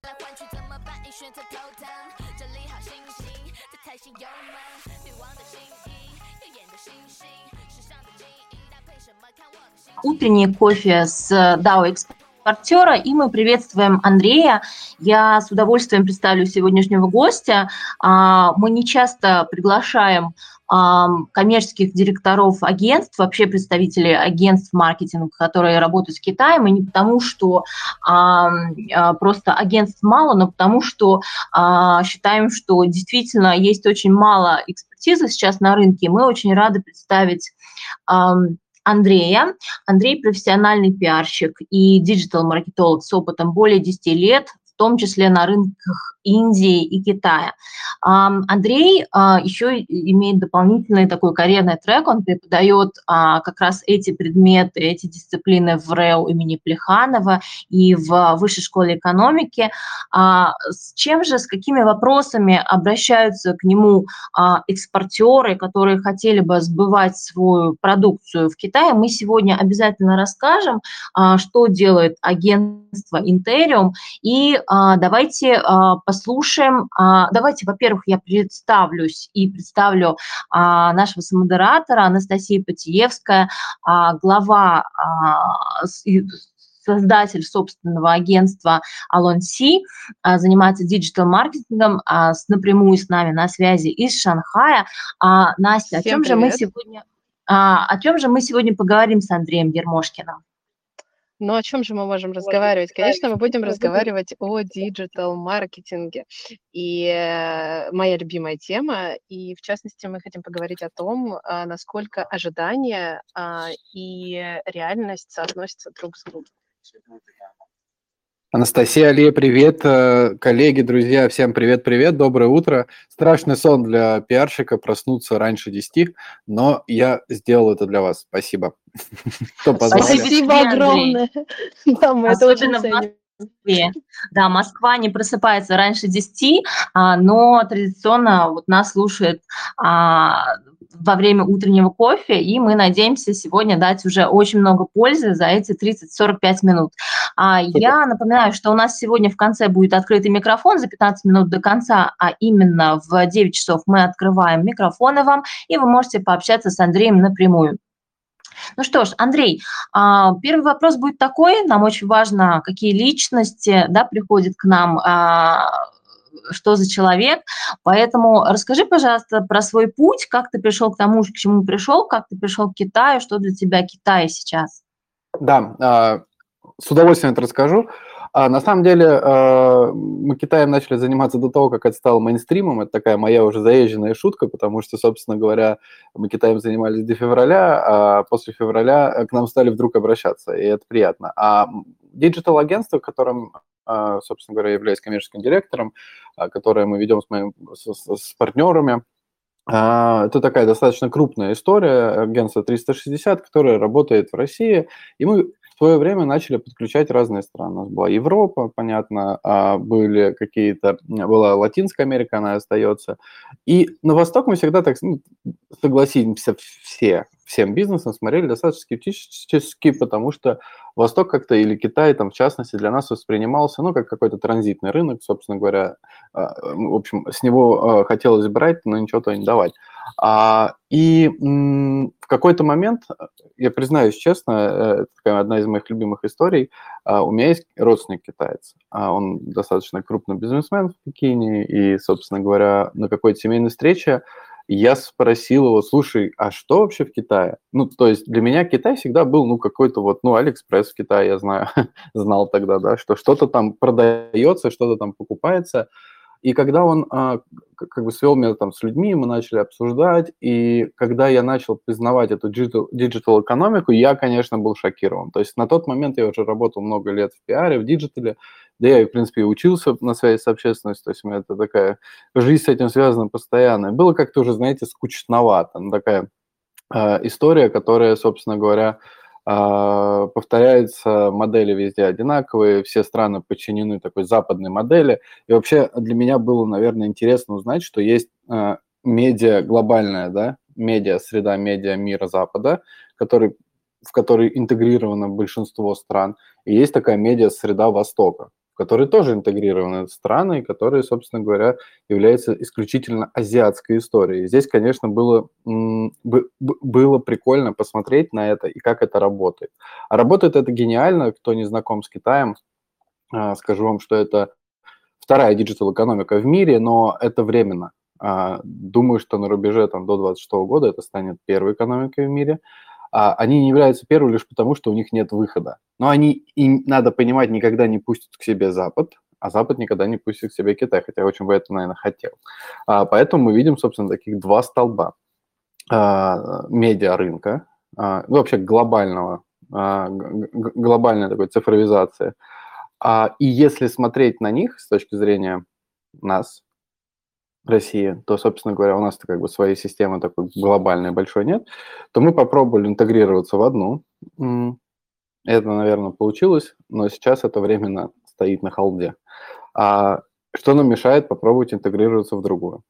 Утренний кофе с DAO-экспортера, и мы приветствуем Андрея. Я с удовольствием представлю сегодняшнего гостя. Мы не часто приглашаем коммерческих директоров агентств, вообще представителей агентств маркетинга, которые работают с Китаем, и не потому, что просто агентств мало, но потому, что считаем, что действительно есть очень мало экспертизы сейчас на рынке. Мы очень рады представить Андрея. Андрей – профессиональный пиарщик и диджитал-маркетолог с опытом более 10 лет, в том числе на рынках Индии и Китая. Андрей еще имеет дополнительный такой карьерный трек, он преподает как раз эти предметы, эти дисциплины в РЭУ имени Плеханова и в Высшей школе экономики. С какими вопросами обращаются к нему экспортеры, которые хотели бы сбывать свою продукцию в Китае, мы сегодня обязательно расскажем, что делает агентство Интериум, и давайте послушаем. Давайте, во-первых, я представлюсь и представлю нашего самодератора Анастасия Потиевская, глава, создатель собственного агентства Alonsi, занимается диджитал-маркетингом, напрямую с нами на связи из Шанхая. Настя, о чем же мы сегодня поговорим с Андреем Ермошкиным? Ну, о чем же мы можем разговаривать? Конечно, мы будем разговаривать о диджитал-маркетинге. И моя любимая тема, и в частности мы хотим поговорить о том, насколько ожидания и реальность соотносятся друг с другом. Анастасия, Алия, привет. Коллеги, друзья, всем привет-привет, доброе утро. Страшный сон для пиарщика проснуться раньше 10, но я сделал это для вас. Спасибо. Спасибо огромное. Да, мы это очень ценим. Да, Москва не просыпается раньше 10, но традиционно вот нас слушает во время утреннего кофе, и мы надеемся сегодня дать уже очень много пользы за эти 30-45 минут. Я напоминаю, что у нас сегодня в конце будет открытый микрофон за 15 минут до конца, а именно в 9 часов мы открываем микрофоны вам, и вы можете пообщаться с Андреем напрямую. Ну что ж, Андрей, первый вопрос будет такой. Нам очень важно, какие личности приходят к нам, что за человек. Поэтому расскажи, пожалуйста, про свой путь, как ты пришел к тому, к чему пришел, как ты пришел к Китаю, что для тебя Китай сейчас. Да, с удовольствием это расскажу. На самом деле мы Китаем начали заниматься до того, как это стало мейнстримом. Это такая моя уже заезженная шутка, потому что, собственно говоря, мы Китаем занимались до февраля, а после февраля к нам стали вдруг обращаться, и это приятно. А диджитал-агентство, которым, собственно говоря, являюсь коммерческим директором, которое мы ведем с партнерами, это такая достаточно крупная история, агентство 360, которое работает в России, и мы в свое время начали подключать разные страны. У нас была Европа, понятно, была Латинская Америка, она остается. И на Восток мы всегда так, согласимся, всем бизнесом смотрели достаточно скептически, потому что Восток как-то, или Китай, там, в частности, для нас воспринимался, как какой-то транзитный рынок, собственно говоря. В общем, с него хотелось брать, но ничего-то не давать. И в какой-то момент, я признаюсь честно, это такая одна из моих любимых историй, у меня есть родственник китаец. Он достаточно крупный бизнесмен в Пекине, и, собственно говоря, на какой-то семейной встрече я спросил его: слушай, а что вообще в Китае? То есть для меня Китай всегда был, какой-то Алиэкспресс в Китае, я знал тогда, да, что что-то там продается, что-то там покупается. И когда он свел меня там с людьми, мы начали обсуждать, и когда я начал признавать эту диджитал-экономику, я, конечно, был шокирован. То есть на тот момент я уже работал много лет в пиаре, в диджитале, да я, в принципе, и учился на связи с общественностью, то есть у меня это такая жизнь с этим связана постоянно. Было как-то уже, знаете, скучновато. Такая история, которая, собственно говоря, повторяются, модели везде одинаковые, все страны подчинены такой западной модели. И вообще для меня было, наверное, интересно узнать, что есть медиа глобальная, да, медиа-среда, медиа-мира Запада, в которой интегрировано большинство стран, и есть такая медиа-среда Востока, в которые тоже интегрированы страны, которые, собственно говоря, являются исключительно азиатской историей. Здесь, конечно, было прикольно посмотреть на это и как это работает. А работает это гениально. Кто не знаком с Китаем, скажу вам, что это вторая диджитал-экономика в мире, но это временно. Думаю, что на рубеже до 2026 года это станет первой экономикой в мире. Они не являются первой лишь потому, что у них нет выхода. Но им надо понимать, никогда не пустят к себе Запад, а Запад никогда не пустит к себе Китай, хотя очень бы это, наверное, хотел. Поэтому мы видим, собственно, таких два столба медиарынка, вообще глобальной такой цифровизации. И если смотреть на них с точки зрения нас, России, то, собственно говоря, у нас-то своей системы такой глобальной большой нет, то мы попробовали интегрироваться в одну. Это, наверное, получилось, но сейчас это временно стоит на холде. Что нам мешает попробовать интегрироваться в другую?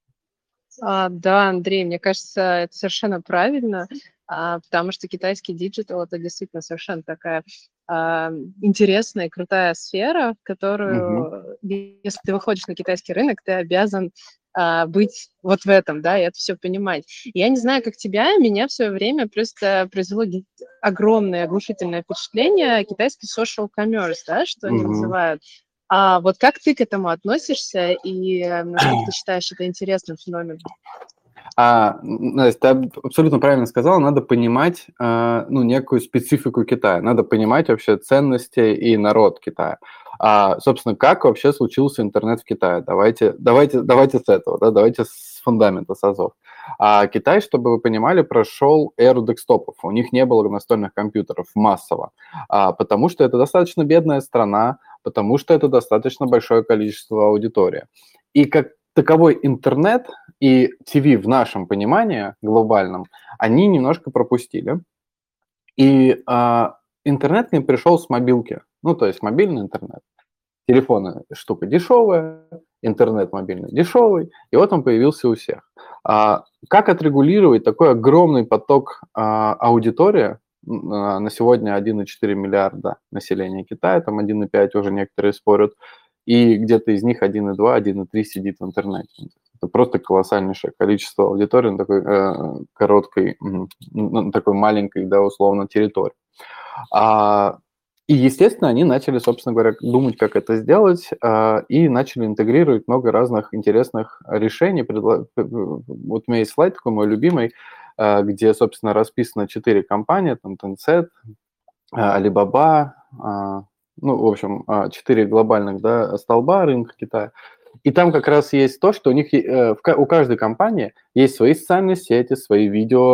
Да, Андрей, мне кажется, это совершенно правильно, потому что китайский диджитал – это действительно совершенно такая интересная и крутая сфера, в которую, если ты выходишь на китайский рынок, ты обязан быть вот в этом, да, и это все понимать. Я не знаю, как тебя, меня в свое время просто произвело огромное, оглушительное впечатление китайский social commerce, да, что они называют. Вот как ты к этому относишься и насколько ты считаешь это интересным феноменом? Настя, ты абсолютно правильно сказала, надо понимать некую специфику Китая, надо понимать вообще ценности и народ Китая. Собственно, как вообще случился интернет в Китае? Давайте с этого, да, давайте с фундамента, с азов. Китай, чтобы вы понимали, прошел эру декстопов. У них не было настольных компьютеров массово, потому что это достаточно бедная страна, потому что это достаточно большое количество аудитории. И как таковой интернет и ТВ в нашем понимании глобальном, они немножко пропустили. И интернет к ним пришел с мобилки, то есть мобильный интернет. Телефоны штука дешевая, интернет мобильный дешевый, и вот он появился у всех. Как отрегулировать такой огромный поток аудитории? На сегодня 1,4 миллиарда населения Китая, там 1,5 уже некоторые спорят, и где-то из них 1,2, 1,3 сидит в интернете. Это просто колоссальнейшее количество аудитории на такой короткой, на такой маленькой, да, условно, территории. И, естественно, они начали, собственно говоря, думать, как это сделать, и начали интегрировать много разных интересных решений. Вот у меня есть слайд такой мой любимый, где, собственно, расписано 4 компании, там Tencent, Alibaba, в общем, 4 глобальных, да, столба рынка Китая. И там как раз есть то, что у них у каждой компании есть свои социальные сети, свои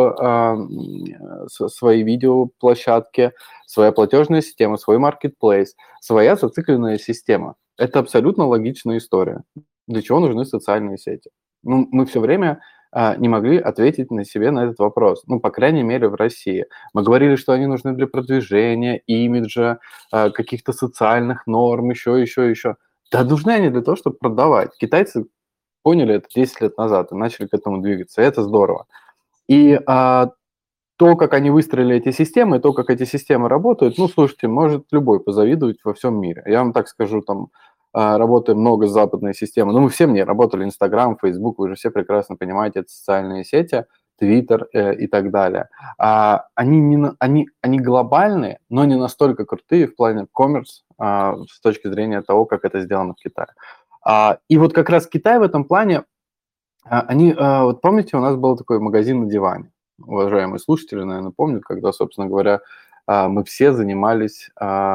видеоплощадки, своя платежная система, свой маркетплейс, своя зацикленная система. Это абсолютно логичная история. Для чего нужны социальные сети? Мы все время не могли ответить на этот вопрос. По крайней мере, в России. Мы говорили, что они нужны для продвижения, имиджа, каких-то социальных норм, еще. Да нужны они для того, чтобы продавать. Китайцы поняли это 10 лет назад и начали к этому двигаться. Это здорово. И то, как они выстроили эти системы, то, как эти системы работают, слушайте, может любой позавидовать во всем мире. Я вам так скажу, там работаем много с западной системой. Мы все не работали, Инстаграм, Фейсбук, вы же все прекрасно понимаете, это социальные сети, Твиттер и так далее. Они глобальные, но не настолько крутые в плане коммерс с точки зрения того, как это сделано в Китае. И вот как раз Китай в этом плане, вот помните, у нас был такой магазин на диване. Уважаемые слушатели, наверное, помнят, когда, собственно говоря, мы все занимались...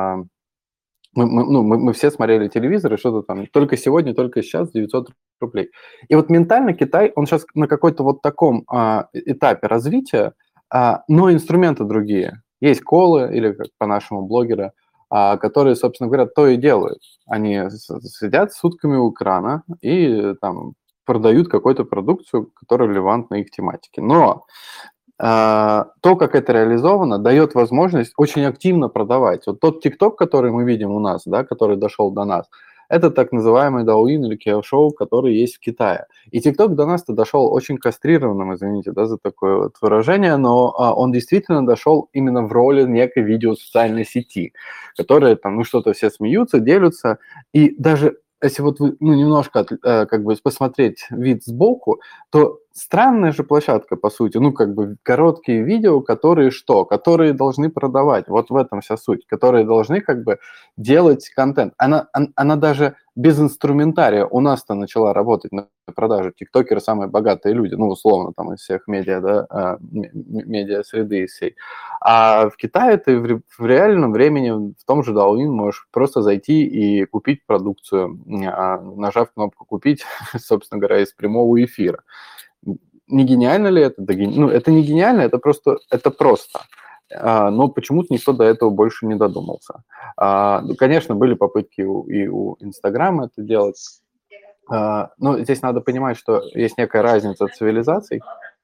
Мы все смотрели телевизор, и что-то там только сегодня, только сейчас 900 рублей. И вот ментально Китай, он сейчас на какой-то вот таком этапе развития, но инструменты другие. Есть колы, или как по-нашему блогеры, которые, собственно говоря, то и делают. Они сидят сутками у экрана и там продают какую-то продукцию, которая релевантна их тематике. Но то, как это реализовано, дает возможность очень активно продавать. Вот тот TikTok, который мы видим у нас, да, который дошел до нас, это так называемый Douyin или Kaoshou, который есть в Китае. И TikTok до нас-то дошел очень кастрированным, извините, да, за такое вот выражение, но он действительно дошел именно в роли некой видеосоциальной сети, которые там, ну, что-то все смеются, делятся, и даже если вот вы, ну, немножко как бы посмотреть вид сбоку, то странная же площадка, по сути, ну, как бы короткие видео, которые что? Которые должны продавать, вот в этом вся суть, которые должны как бы делать контент. Она даже без инструментария у нас-то начала работать на продажу. Тиктокеры самые богатые люди, ну, условно, там, из всех медиа, да, медиа-среды из всей. А в Китае ты в реальном времени в том же Douyin можешь просто зайти и купить продукцию, нажав кнопку «Купить», собственно говоря, из прямого эфира. Не гениально ли это? Да, ну, это не гениально, это просто. Но почему-то никто до этого больше не додумался. Ну, конечно, были попытки и у Инстаграма это делать. Но здесь надо понимать, что есть некая разница цивилизаций.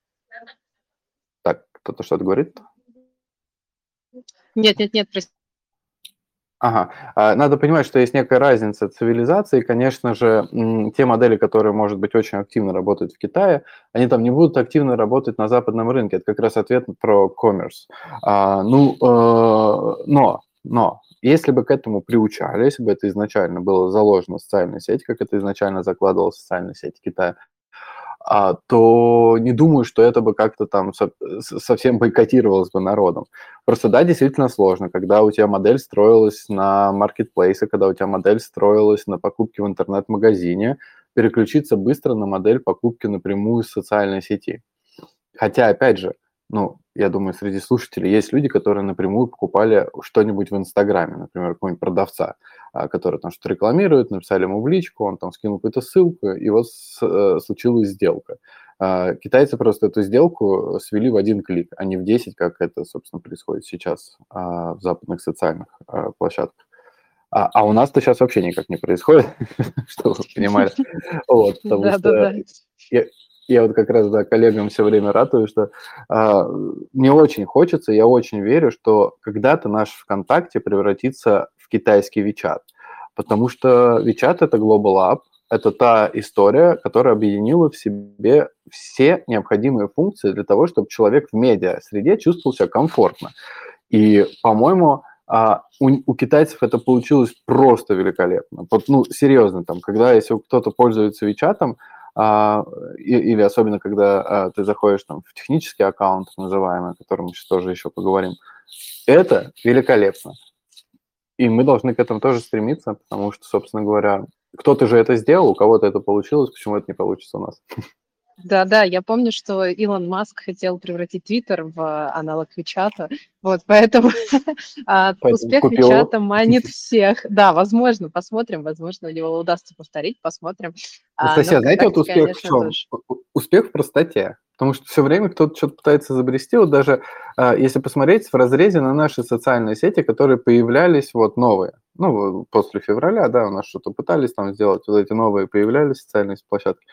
Так, кто-то что-то говорит? Нет, прости. Ага. Надо понимать, что есть некая разница цивилизаций. Конечно же, те модели, которые, может быть, очень активно работают в Китае, они там не будут активно работать на западном рынке. Это как раз ответ про commerce. Но если бы к этому приучали, если бы это изначально было заложено в социальной сети, как это изначально закладывалось в социальной сети Китая, то не думаю, что это бы как-то там совсем бойкотировалось бы народом. Просто да, действительно сложно, когда у тебя модель строилась на маркетплейсе, когда у тебя модель строилась на покупке в интернет-магазине, переключиться быстро на модель покупки напрямую из социальной сети. Хотя, опять же, ну, я думаю, среди слушателей есть люди, которые напрямую покупали что-нибудь в Инстаграме, например, какого-нибудь продавца, который там что-то рекламирует, написали ему в личку, он там скинул какую-то ссылку, и вот случилась сделка. Китайцы просто эту сделку свели в один клик, а не в 10, как это, собственно, происходит сейчас в западных социальных площадках. А у нас-то сейчас вообще никак не происходит, чтобы вы понимали. Вот, потому что я вот как раз, да, коллегам все время ратую, что мне очень хочется, я очень верю, что когда-то наш ВКонтакте превратится в китайский WeChat, потому что WeChat – это Global App, это та история, которая объединила в себе все необходимые функции для того, чтобы человек в медиа-среде чувствовал себя комфортно. И, по-моему, у китайцев это получилось просто великолепно. Вот, ну, серьезно, там, когда если кто-то пользуется WeChat, или особенно когда ты заходишь там в технический аккаунт, называемый, о котором мы сейчас тоже еще поговорим, это великолепно. И мы должны к этому тоже стремиться, потому что, собственно говоря, кто-то же это сделал, у кого-то это получилось, почему это не получится у нас? Да, я помню, что Илон Маск хотел превратить Твиттер в аналог Вичата, вот, поэтому успех Вичата манит всех. Да, возможно, посмотрим, возможно, у него удастся повторить, посмотрим. Кстати, знаете, вот успех в чем? Успех в простоте, потому что все время кто-то что-то пытается изобрести, вот даже если посмотреть в разрезе на наши социальные сети, которые появлялись вот новые, ну, после февраля, да, у нас что-то пытались там сделать, вот эти новые появлялись социальные площадки,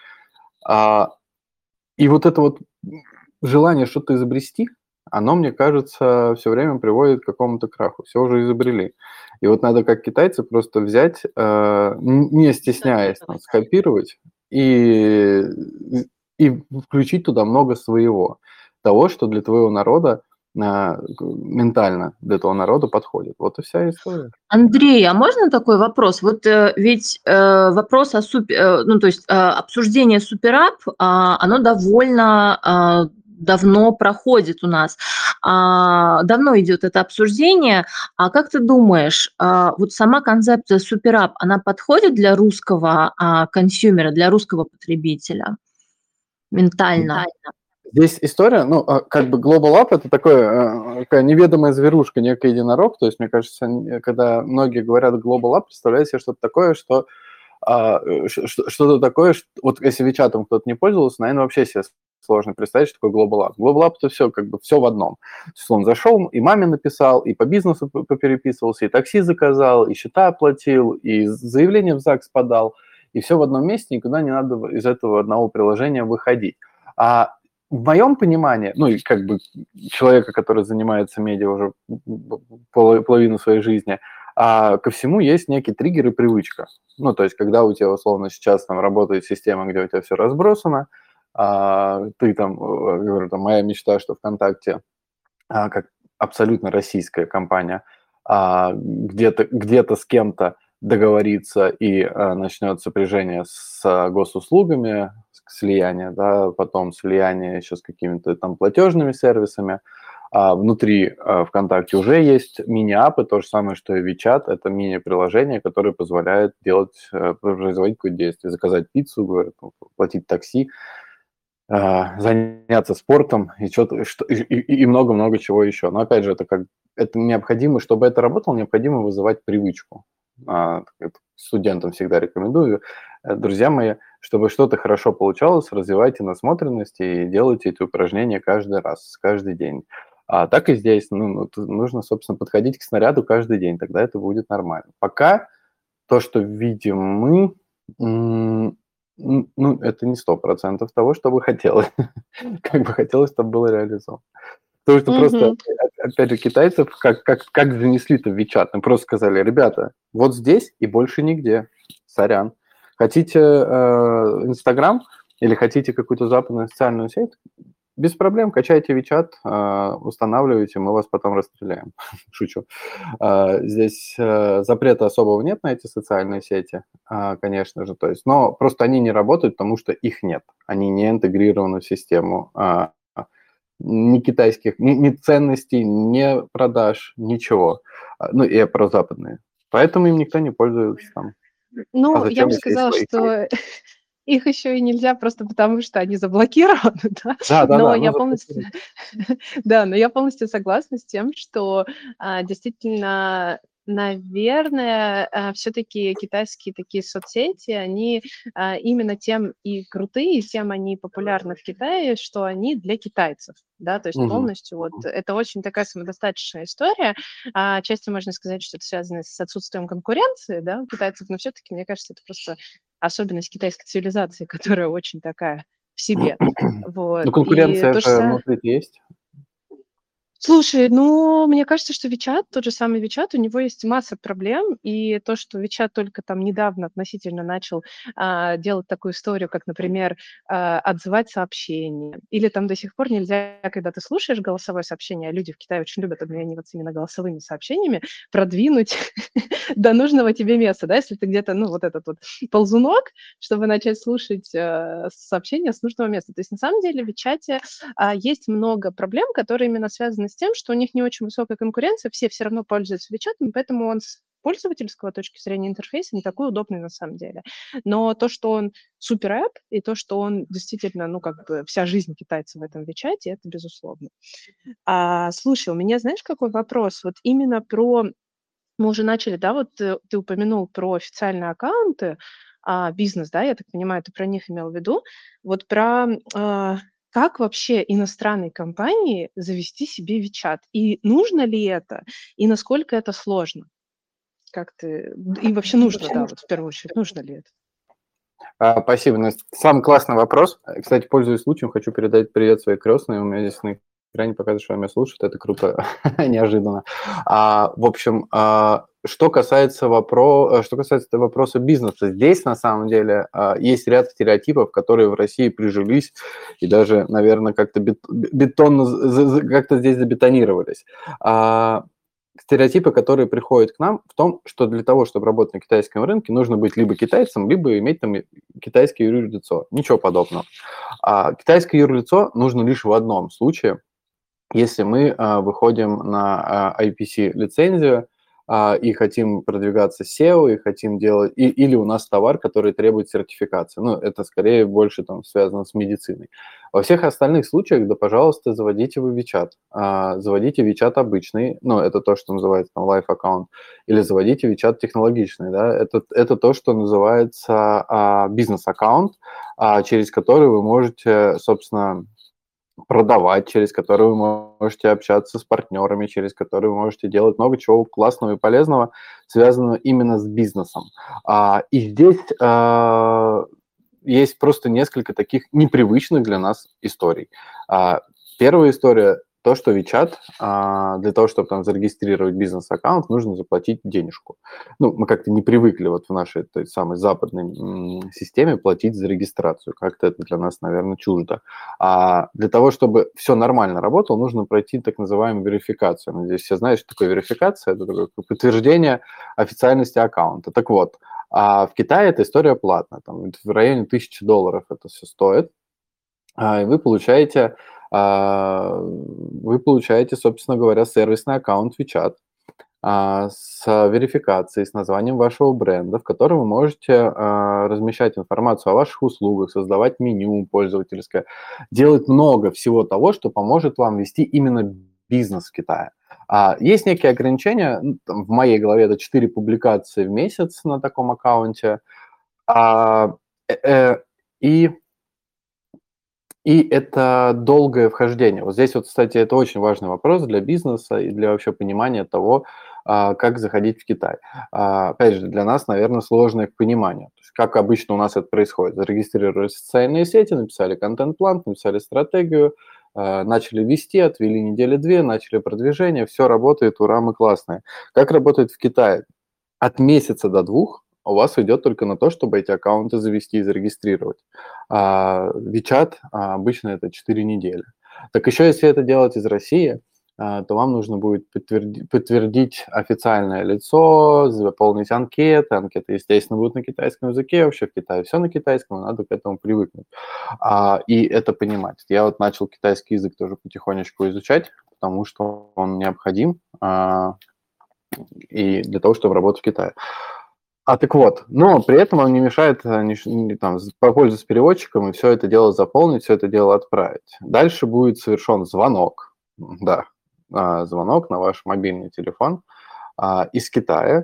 и вот это вот желание что-то изобрести, оно, мне кажется, все время приводит к какому-то краху. Все уже изобрели. И вот надо, как китайцы, просто взять, не стесняясь, там, скопировать и включить туда много своего. Того, что для твоего народа ментально для этого народа подходит. Вот и вся история. Андрей, а можно такой вопрос? Вот ведь вопрос о обсуждение суперап, оно довольно давно проходит у нас. Давно идет это обсуждение. А как ты думаешь, вот сама концепция суперап, она подходит для русского консюмера, для русского потребителя ментально? Здесь история, ну, как бы Global App – это такая неведомая зверушка, некий единорог. То есть, мне кажется, когда многие говорят Global App, представляют себе что-то такое, вот если WeChat кто-то не пользовался, наверное, вообще себе сложно представить, что такое Global App. Global App – это все как бы все в одном. То есть он зашел, и маме написал, и по бизнесу попереписывался, и такси заказал, и счета оплатил, и заявление в ЗАГС подал, и все в одном месте, никуда не надо из этого одного приложения выходить. В моем понимании, ну и как бы человека, который занимается медиа уже половину своей жизни, ко всему есть некий триггер и привычка. Ну, то есть, когда у тебя, условно, сейчас там работает система, где у тебя все разбросано, ты там, говорю, там, моя мечта, что ВКонтакте, как абсолютно российская компания, где-то с кем-то договориться и начнет сопряжение с госуслугами, слияние, да, потом слияние еще с какими-то там платежными сервисами. Внутри ВКонтакте уже есть мини-апы, то же самое, что и WeChat. Это мини-приложение, которое позволяет производить какое-то действие, заказать пиццу, говорят, платить такси, заняться спортом и много-много чего еще. Но опять же, это необходимо, чтобы это работало, необходимо вызывать привычку. Студентам всегда рекомендую, друзья мои, чтобы что-то хорошо получалось, развивайте насмотренность и делайте эти упражнения каждый раз, каждый день. Так и здесь нужно, собственно, подходить к снаряду каждый день, тогда это будет нормально. Пока то, что видим мы, это не 100% того, что бы хотелось. Как бы хотелось, чтобы было реализовано. Потому что просто, опять же, китайцев как занесли-то в WeChat? Им просто сказали, ребята, вот здесь и больше нигде. Сорян. Хотите Инстаграм или хотите какую-то западную социальную сеть? Без проблем, качайте WeChat, устанавливайте, мы вас потом расстреляем. Шучу. Здесь запрета особого нет на эти социальные сети, конечно же. То есть, но просто они не работают, потому что их нет. Они не интегрированы в систему ни китайских, ни ценностей, ни продаж, ничего. Ну, и прозападные. Поэтому им никто не пользуется там. Ну, я бы сказала, что их еще и нельзя просто потому, что они заблокированы, да. Но я полностью, да, но я полностью согласна с тем, что действительно, наверное, все-таки китайские такие соцсети, они именно тем и крутые, и тем они популярны в Китае, что они для китайцев, да, то есть полностью вот это очень такая самодостаточная история. Отчасти можно сказать, что это связано с отсутствием конкуренции, да, у китайцев, но все-таки, мне кажется, это просто особенность китайской цивилизации, которая очень такая в себе. Вот. Ну, конкуренция это внутри есть? Слушай, ну, мне кажется, что WeChat, тот же самый WeChat, у него есть масса проблем, и то, что WeChat только там недавно относительно начал делать такую историю, как, например, отзывать сообщения, или там до сих пор нельзя, когда ты слушаешь голосовое сообщение, а люди в Китае очень любят обмениваться именно голосовыми сообщениями, продвинуть до нужного тебе места, да, если ты где-то, ну, вот этот вот ползунок, чтобы начать слушать сообщения с нужного места. То есть, на самом деле, в WeChat есть много проблем, которые именно связаны с тем, что у них не очень высокая конкуренция, все равно пользуются WeChat, поэтому он с пользовательского точки зрения интерфейса не такой удобный на самом деле. Но то, что он супер-эп, и то, что он действительно, ну, как бы вся жизнь китайцев в этом WeChat, это безусловно. Слушай, у меня, знаешь, какой вопрос? Вот именно про... Мы уже начали, да, вот ты упомянул про официальные аккаунты, бизнес, да, я так понимаю, ты про них имел в виду. Вот про... как вообще иностранной компании завести себе WeChat? И нужно ли это? И насколько это сложно? Как ты... И вообще нужно, да, вот в первую очередь, нужно ли это? Спасибо, Настя. Самый классный вопрос. Кстати, пользуясь случаем, хочу передать привет своей крестной. У меня здесь на экране показывает, что она меня слушает. Это круто, неожиданно. В общем, что касается вопроса бизнеса, здесь на самом деле есть ряд стереотипов, которые в России прижились и даже, наверное, как-то бетонно как-то здесь забетонировались. Стереотипы, которые приходят к нам, в том, что для того, чтобы работать на китайском рынке, нужно быть либо китайцем, либо иметь там китайское юрлицо. Ничего подобного. Китайское юрлицо нужно лишь в одном случае, если мы выходим на IPC-лицензию и хотим продвигаться SEO, и хотим делать, или у нас товар, который требует сертификации. Ну, это скорее больше там связано с медициной. Во всех остальных случаях, да, пожалуйста, заводите вы WeChat. Заводите WeChat обычный, ну, это то, что называется там Live аккаунт, или заводите WeChat технологичный, да, это то, что называется бизнес-аккаунт, через который вы можете, собственно, продавать, через который вы можете общаться с партнерами, через который вы можете делать много чего классного и полезного, связанного именно с бизнесом. И здесь есть просто несколько таких непривычных для нас историй. Первая история то, что WeChat, для того, чтобы там зарегистрировать бизнес-аккаунт, нужно заплатить денежку. Ну, мы как-то не привыкли вот в нашей той самой западной системе платить за регистрацию. Как-то это для нас, наверное, чуждо. А для того, чтобы все нормально работало, нужно пройти так называемую верификацию. Надеюсь, все знают, что такое верификация. Это такое подтверждение официальности аккаунта. Так вот, в Китае эта история платная. Там в районе $1000 это все стоит. И вы получаете, собственно говоря, сервисный аккаунт WeChat с верификацией, с названием вашего бренда, в котором вы можете размещать информацию о ваших услугах, создавать меню пользовательское, делать много всего того, что поможет вам вести именно бизнес в Китае. Есть некие ограничения. В моей голове это 4 публикации в месяц на таком аккаунте. И это долгое вхождение. Вот здесь вот, кстати, это очень важный вопрос для бизнеса и для вообще понимания того, как заходить в Китай. Опять же, для нас, наверное, сложное к пониманию. То есть, как обычно у нас это происходит. Зарегистрировали социальные сети, написали контент-план, написали стратегию, начали вести, отвели недели 2, начали продвижение, все работает, ура, мы классные. Как работает в Китае? От месяца до 2 у вас уйдет только на то, чтобы эти аккаунты завести и зарегистрировать. WeChat обычно это 4 недели. Так еще, если это делать из России, то вам нужно будет подтвердить официальное лицо, заполнить анкеты. Анкеты, естественно, будут на китайском языке. Вообще в Китае все на китайском, надо к этому привыкнуть. И это понимать. Я вот начал китайский язык тоже потихонечку изучать, потому что он необходим и для того, чтобы работать в Китае. Так вот, но при этом он не мешает там, попользоваться переводчиком и все это дело заполнить, все это дело отправить. Дальше будет совершен звонок, да, звонок на ваш мобильный телефон из Китая,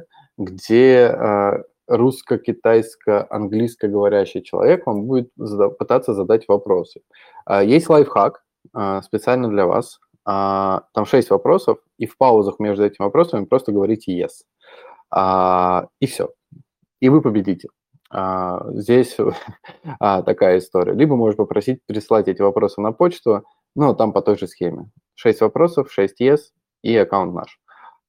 где русско-китайско-английско говорящий человек вам будет пытаться задать вопросы. Есть лайфхак специально для вас. Там 6 вопросов, и в паузах между этими вопросами просто говорите «yes». И все. И вы победите. Здесь такая история. Либо можешь попросить прислать эти вопросы на почту, но там по той же схеме. 6 вопросов, 6 yes и аккаунт наш.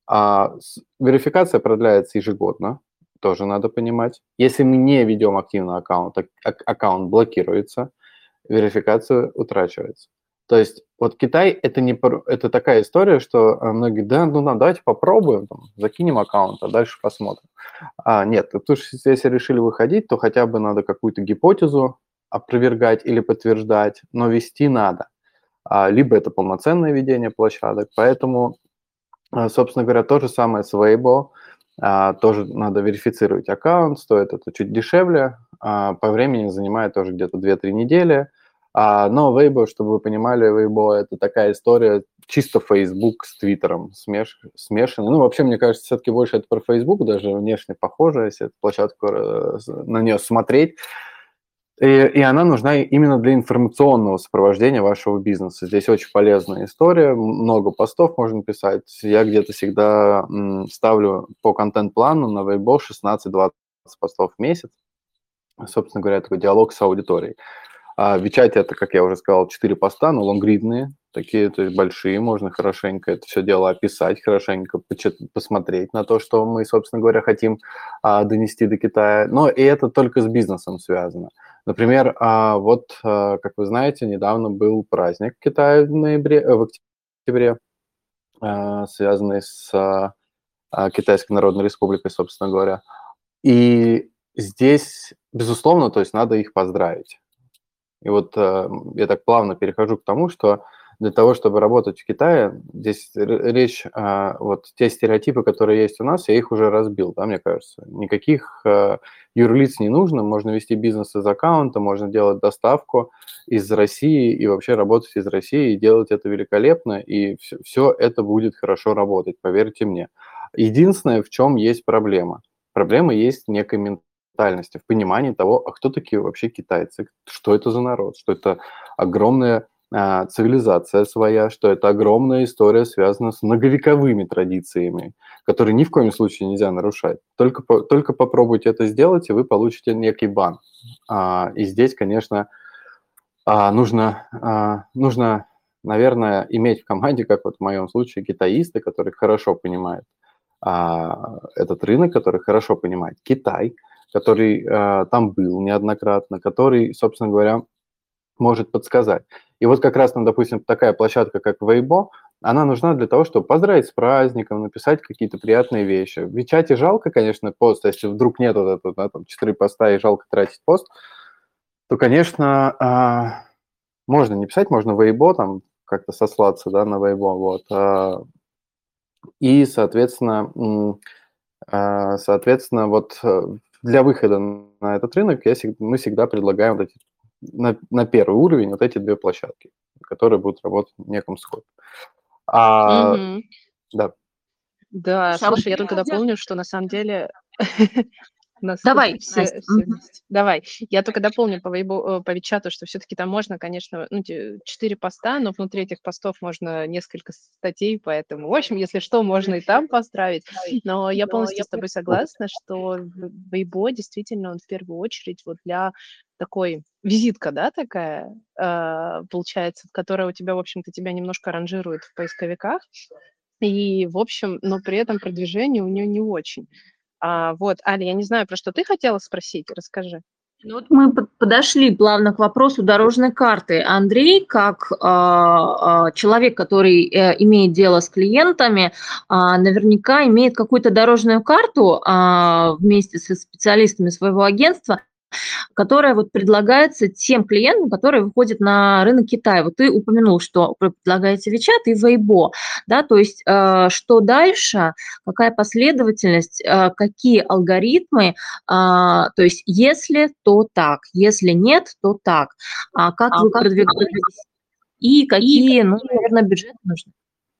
Верификация продляется ежегодно, тоже надо понимать. Если мы не ведем активно аккаунт блокируется, верификация утрачивается. То есть вот Китай это такая история, что многие, давайте попробуем, закинем аккаунт, а дальше посмотрим. Нет, тут если решили выходить, то хотя бы надо какую-то гипотезу опровергать или подтверждать, но вести надо. Либо это полноценное ведение площадок, поэтому, собственно говоря, то же самое с Weibo, тоже надо верифицировать аккаунт, стоит это чуть дешевле, по времени занимает тоже где-то 2-3 недели. Но Weibo, чтобы вы понимали, Weibo – это такая история, чисто Facebook с Твиттером смешанный. Ну, вообще, мне кажется, все-таки больше это про Facebook, даже внешне похоже, если эту площадку на нее смотреть. И она нужна именно для информационного сопровождения вашего бизнеса. Здесь очень полезная история, много постов можно писать. Я где-то всегда ставлю по контент-плану на Weibo 16-20 постов в месяц. Собственно говоря, такой диалог с аудиторией. В WeChat это, как я уже сказал, 4 поста, но лонгридные, такие, то есть большие, можно хорошенько это все дело описать, хорошенько посмотреть на то, что мы, собственно говоря, хотим донести до Китая. Но и это только с бизнесом связано. Например, как вы знаете, недавно был праздник в Китае в октябре, связанный с Китайской Народной Республикой, собственно говоря. И здесь, безусловно, то есть надо их поздравить. И вот я так плавно перехожу к тому, что для того, чтобы работать в Китае, здесь речь, вот те стереотипы, которые есть у нас, я их уже разбил, да, мне кажется. Никаких юрлиц не нужно, можно вести бизнес из аккаунта, можно делать доставку из России и вообще работать из России и делать это великолепно, и все это будет хорошо работать, поверьте мне. Единственное, в чем есть проблема. Проблема есть в некой ментальности, в понимании того, кто такие вообще китайцы, что это за народ, что это огромная цивилизация своя, что это огромная история, связанная с многовековыми традициями, которые ни в коем случае нельзя нарушать. Только попробуйте это сделать, и вы получите некий бан. И здесь, конечно, нужно наверное, иметь в команде, как вот в моем случае, китаисты, которые хорошо понимают этот рынок, который хорошо понимает Китай, который там был неоднократно, который, собственно говоря, может подсказать. И вот как раз, допустим, такая площадка, как Weibo, она нужна для того, чтобы поздравить с праздником, написать какие-то приятные вещи. В Вичате жалко, конечно, пост, если вдруг нет вот этого, да, там, 4 поста и жалко тратить пост, то, конечно, можно не писать, можно Weibo, там, как-то сослаться, да, на Weibo, вот. И, соответственно, вот для выхода на этот рынок мы всегда предлагаем вот эти, на первый уровень вот эти 2 площадки, которые будут работать в неком скопе. Мгм. Да. Да, Слушай, слушай, я только дополню, что на самом деле у нас тут Давай, все Настя. вместе. Давай. Я только дополню по Вичату, что все-таки там можно, конечно, 4 поста, но внутри этих постов можно несколько статей, поэтому, в общем, если что, можно и там поздравить. Но я полностью с тобой согласна, что Weibo действительно он в первую очередь вот для такой визитка, да, такая, получается, которая у тебя, в общем-то, тебя немножко ранжирует в поисковиках. И, в общем, но при этом продвижение у нее не очень. Вот, Аля, я не знаю, про что ты хотела спросить, расскажи. Ну вот мы подошли плавно к вопросу дорожной карты. Андрей, как человек, который имеет дело с клиентами, наверняка имеет какую-то дорожную карту вместе со специалистами своего агентства, которая вот предлагается тем клиентам, которые выходят на рынок Китая. Вот ты упомянул, что вы предлагаете WeChat и Weibo, да, то есть что дальше, какая последовательность, какие алгоритмы, то есть если, то так, если нет, то так. Как вы продвигаетесь и какие, ну, наверное, бюджеты нужны?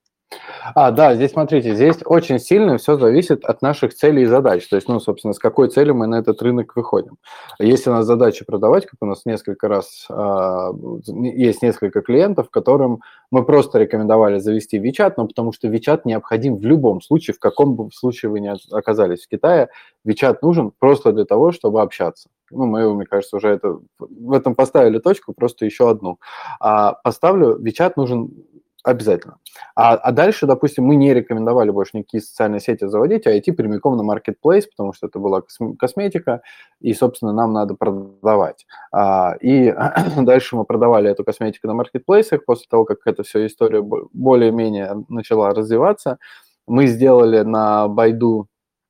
Да, здесь смотрите, здесь очень сильно все зависит от наших целей и задач. То есть, ну, собственно, с какой целью мы на этот рынок выходим. Если у нас задача продавать, как у нас несколько раз есть несколько клиентов, которым мы просто рекомендовали завести WeChat, но потому что WeChat необходим в любом случае, в каком бы случае вы ни оказались в Китае, WeChat нужен просто для того, чтобы общаться. Ну, мы, мне кажется, уже в этом поставили точку, просто еще одну. Поставлю, WeChat нужен обязательно. А дальше, допустим, мы не рекомендовали больше никакие социальные сети заводить, а идти прямиком на marketplace, потому что это была косметика, и, собственно, нам надо продавать. И дальше мы продавали эту косметику на маркетплейсах. После того, как эта вся история более-менее начала развиваться, мы сделали на Байду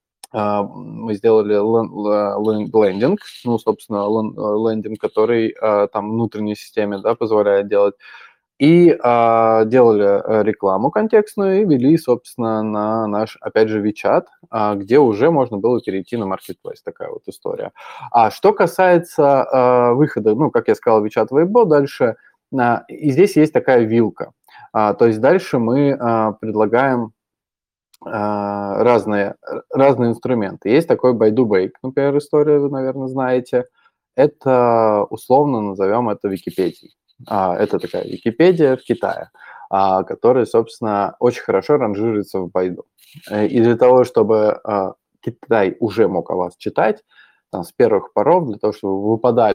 мы сделали лендинг, ну, собственно, лендинг, который там внутренней системе, да, позволяет делать. И делали рекламу контекстную и вели, собственно, на наш, опять же, WeChat, где уже можно было перейти на Marketplace. Такая вот история. А что касается выхода, ну, как я сказал, WeChat, Weibo, дальше, и здесь есть такая вилка. То есть дальше мы предлагаем разные инструменты. Есть такой Baidu Bake, например, история, вы, наверное, знаете. Это, условно назовем это Википедией. Это такая Википедия в Китае, которая, собственно, очень хорошо ранжируется в Байду. И для того, чтобы Китай уже мог о вас читать, там, с первых поров, для того, чтобы вы выпадали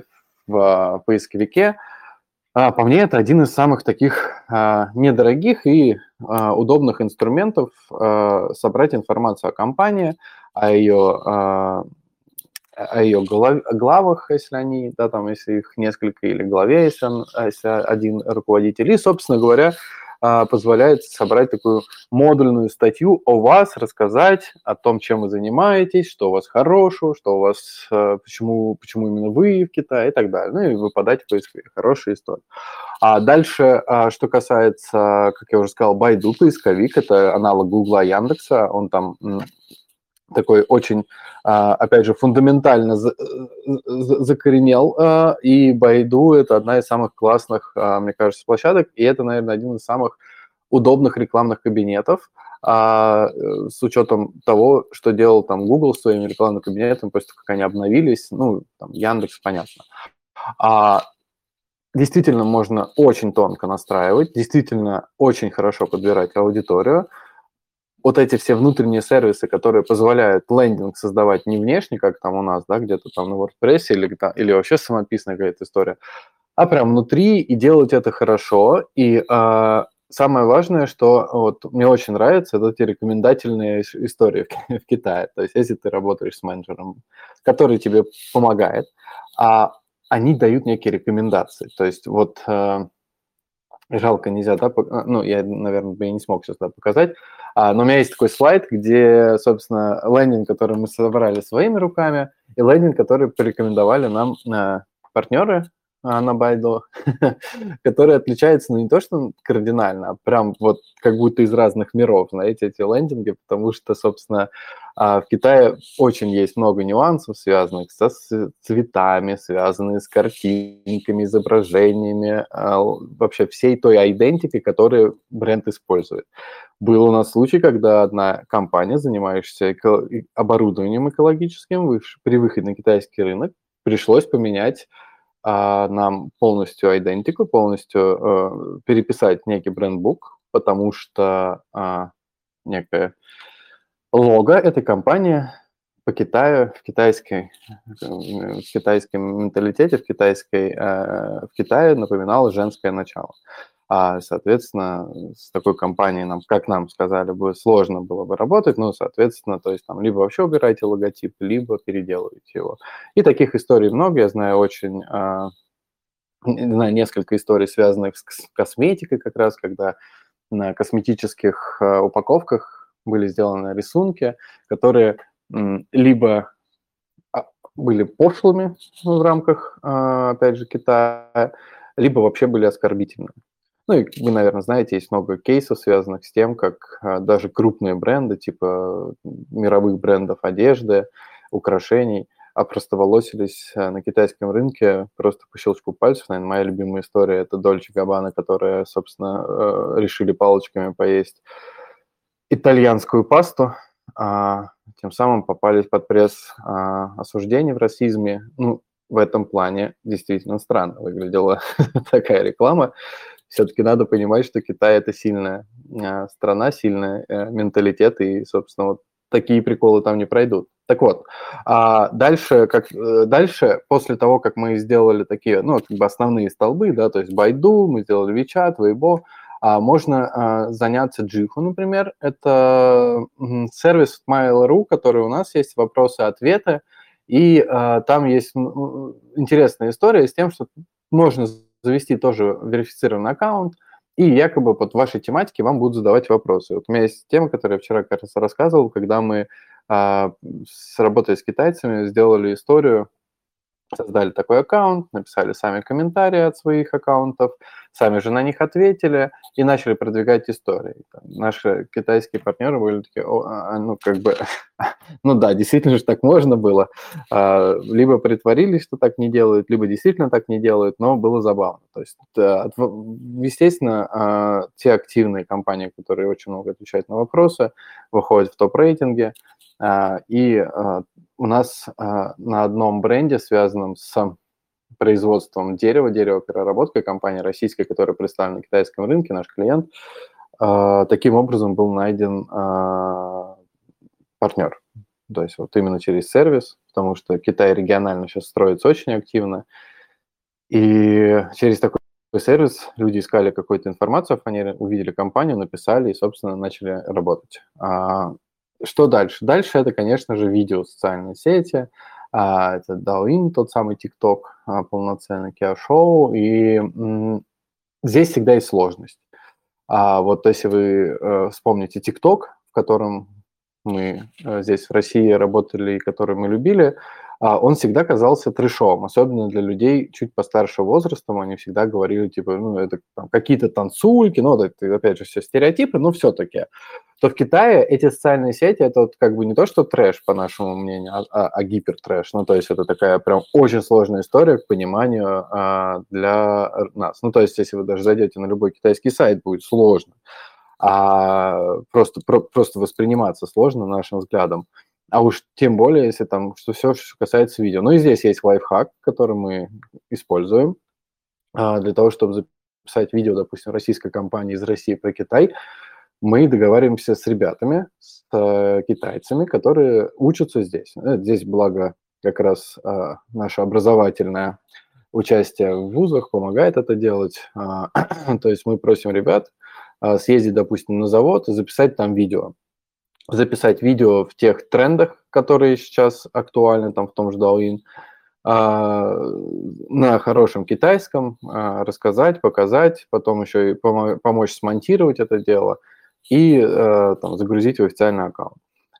в поисковике, по мне, это один из самых таких недорогих и удобных инструментов собрать информацию о компании, о ее главах, если они, да, там, если их несколько, или главе, если один руководитель. И, собственно говоря, позволяет собрать такую модульную статью о вас, рассказать о том, чем вы занимаетесь, что у вас хорошего, что у вас, почему именно вы в Китае и так далее. Ну и выпадать в поисковик. Хорошая история. А дальше, что касается, как я уже сказал, Байду, поисковик, это аналог Гугла, Яндекса, он там такой очень, опять же, фундаментально закоренел, и Байду – это одна из самых классных, мне кажется, площадок, и это, наверное, один из самых удобных рекламных кабинетов, с учетом того, что делал там Google с своими рекламными кабинетами, после того, как они обновились, ну, там, Яндекс, понятно. Действительно можно очень тонко настраивать, действительно очень хорошо подбирать аудиторию. Вот эти все внутренние сервисы, которые позволяют лендинг создавать не внешне, как там у нас, да, где-то там на WordPress или вообще самописная какая-то история, а прям внутри и делать это хорошо. И самое важное, что вот мне очень нравится, это эти рекомендательные истории в Китае. То есть если ты работаешь с менеджером, который тебе помогает, они дают некие рекомендации. То есть вот жалко, нельзя, да, ну, я, наверное, бы и не смог сейчас показать, но у меня есть такой слайд, где, собственно, лендинг, который мы собрали своими руками, и лендинг, который порекомендовали нам партнеры на Байду, который отличается, ну, не то, что кардинально, а прям вот как будто из разных миров, знаете, эти лендинги, потому что, собственно, в Китае очень есть много нюансов, связанных со цветами, связанных с картинками, изображениями, вообще всей той идентикой, которую бренд использует. Был у нас случай, когда одна компания, занимающаяся оборудованием экологическим, при выходе на китайский рынок пришлось поменять нам полностью идентику, полностью переписать некий брендбук, потому что некое лого этой компании по Китаю, в китайском менталитете, в Китае напоминало женское начало. Соответственно, с такой компанией, как нам сказали, сложно было бы работать, ну, соответственно, то есть там либо вообще убирайте логотип, либо переделывайте его. И таких историй много, я знаю знаю несколько историй, связанных с косметикой как раз, когда на косметических упаковках были сделаны рисунки, которые либо были пошлыми в рамках, опять же, Китая, либо вообще были оскорбительными. Ну и вы, наверное, знаете, есть много кейсов, связанных с тем, как даже крупные бренды, типа мировых брендов одежды, украшений, опростоволосились на китайском рынке просто по щелчку пальцев. Наверное, моя любимая история – это Дольче Габбана, которые, собственно, решили палочками поесть итальянскую пасту, тем самым попались под пресс осуждений в расизме. Ну, в этом плане действительно странно выглядела такая реклама. Все-таки надо понимать, что Китай – это сильная страна, сильный менталитет, и, собственно, вот такие приколы там не пройдут. Так вот, дальше, после того, как мы сделали такие, ну, как бы основные столбы, да, то есть Байду, мы сделали WeChat, Weibo, можно заняться Джиху, например. Это сервис Mail.ru, который у нас есть, вопросы-ответы, и там есть интересная история с тем, что можно завести тоже верифицированный аккаунт, и якобы под вашей тематики вам будут задавать вопросы. Вот у меня есть тема, которую я вчера, кажется, рассказывал, когда мы работая с китайцами, сделали историю, создали такой аккаунт, написали сами комментарии от своих аккаунтов, сами же на них ответили и начали продвигать истории. Наши китайские партнеры были такие, ну, как бы, ну да, действительно же так можно было. Либо притворились, что так не делают, либо действительно так не делают, но было забавно. То есть, естественно, те активные компании, которые очень много отвечают на вопросы, выходят в топ-рейтинге, и у нас на одном бренде, связанном с производством деревопереработкой, компания российская, которая представлена на китайском рынке, наш клиент, таким образом был найден партнер. То есть вот именно через сервис, потому что Китай регионально сейчас строится очень активно, и через такой сервис люди искали какую-то информацию, они увидели компанию, написали и, собственно, начали работать. Что дальше? Дальше это, конечно же, видео, социальные сети, это Douyin, тот самый TikTok, полноценный Kia-шоу, и здесь всегда есть сложность. Вот если вы вспомните TikTok, в котором мы здесь в России работали и который мы любили, он всегда казался трэшовым, особенно для людей чуть постарше возрастом, они всегда говорили, типа, ну, это там, какие-то танцульки, ну, это, опять же, все стереотипы, но все-таки. То в Китае эти социальные сети, это вот как бы не то, что трэш, по нашему мнению, а гипертрэш, ну, то есть это такая прям очень сложная история к пониманию для нас. Ну, то есть если вы даже зайдете на любой китайский сайт, будет сложно, просто восприниматься сложно нашим взглядом. А уж тем более, если там что все, что касается видео. Ну и здесь есть лайфхак, который мы используем для того, чтобы записать видео, допустим, российской компании из России про Китай. Мы договариваемся с ребятами, с китайцами, которые учатся здесь. Здесь, благо, как раз наша образовательная участие в вузах, помогает это делать. То есть мы просим ребят съездить, допустим, на завод и записать там видео. Записать видео в тех трендах, которые сейчас актуальны, там в том же Douyin, на хорошем китайском, рассказать, показать, потом еще и помочь смонтировать это дело и там, загрузить в официальный аккаунт.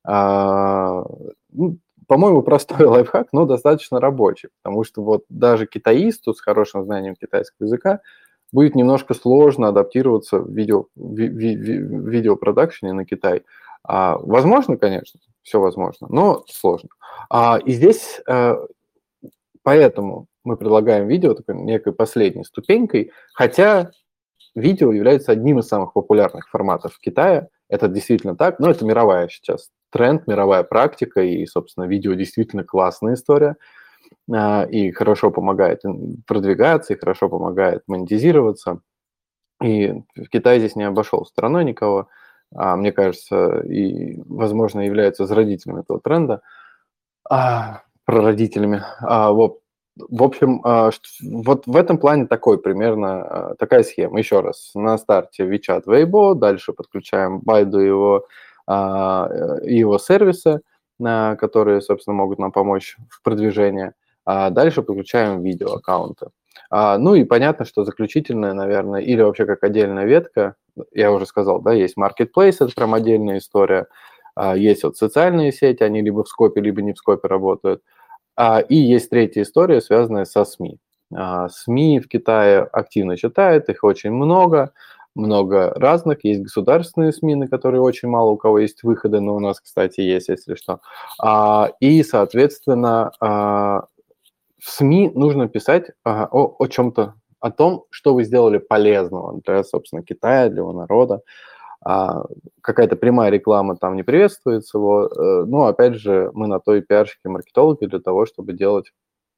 По-моему, простой лайфхак, но достаточно рабочий, потому что вот даже китаисту с хорошим знанием китайского языка будет немножко сложно адаптироваться в видеопродакшене на Китай. Возможно, конечно, все возможно, но сложно. И здесь поэтому мы предлагаем видео такой некой последней ступенькой, хотя видео является одним из самых популярных форматов в Китае. Это действительно так, но это мировая сейчас тренд, мировая практика, и, собственно, видео действительно классная история, и хорошо помогает продвигаться, и хорошо помогает монетизироваться. И Китай здесь не обошел стороной никого, мне кажется, и, возможно, является зародителем этого тренда, прародителями. В общем, вот в этом плане примерно такая схема. Еще раз, на старте WeChat, Weibo, дальше подключаем Baidu и его сервисы, которые, собственно, могут нам помочь в продвижении. Дальше подключаем видеоаккаунты. Ну и понятно, что заключительная, наверное, или вообще как отдельная ветка, я уже сказал, да, есть Marketplace, это прям отдельная история, есть вот социальные сети, они либо в скопе, либо не в скопе работают. И есть третья история, связанная со СМИ. СМИ в Китае активно читают, их очень много разных. Есть государственные СМИ, на которые очень мало у кого есть выходы, но у нас, кстати, есть, если что. И, соответственно, в СМИ нужно писать о чем-то, о том, что вы сделали полезного для, собственно, Китая, для его народа. Какая-то прямая реклама там не приветствуется. Но, опять же, мы на то и пиарщики, маркетологи для того, чтобы делать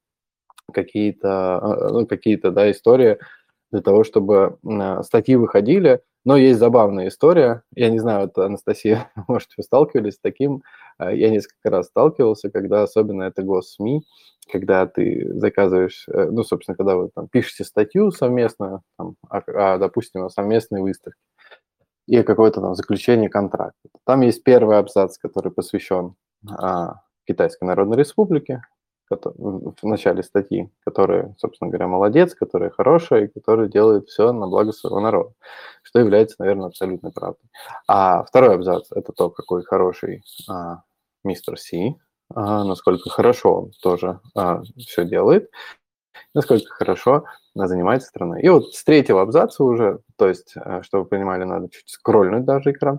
какие-то да, истории, для того, чтобы статьи выходили. Но есть забавная история. Я не знаю, вот, Анастасия, может, вы сталкивались с таким. Я несколько раз сталкивался, когда особенно это госсми, когда ты заказываешь, собственно, когда вы там пишете статью совместно, допустим, о совместной выставке, и какое-то там заключение контракта. Там есть первый абзац, который посвящен Китайской Народной Республике, в начале статьи, который, собственно говоря, молодец, который хороший, и который делает все на благо своего народа, что является, наверное, абсолютной правдой. А второй абзац – это то, какой хороший мистер Си, насколько хорошо он тоже все делает, насколько хорошо занимается страной. И вот с третьего абзаца уже, то есть, чтобы вы понимали, надо чуть скроллнуть даже экран,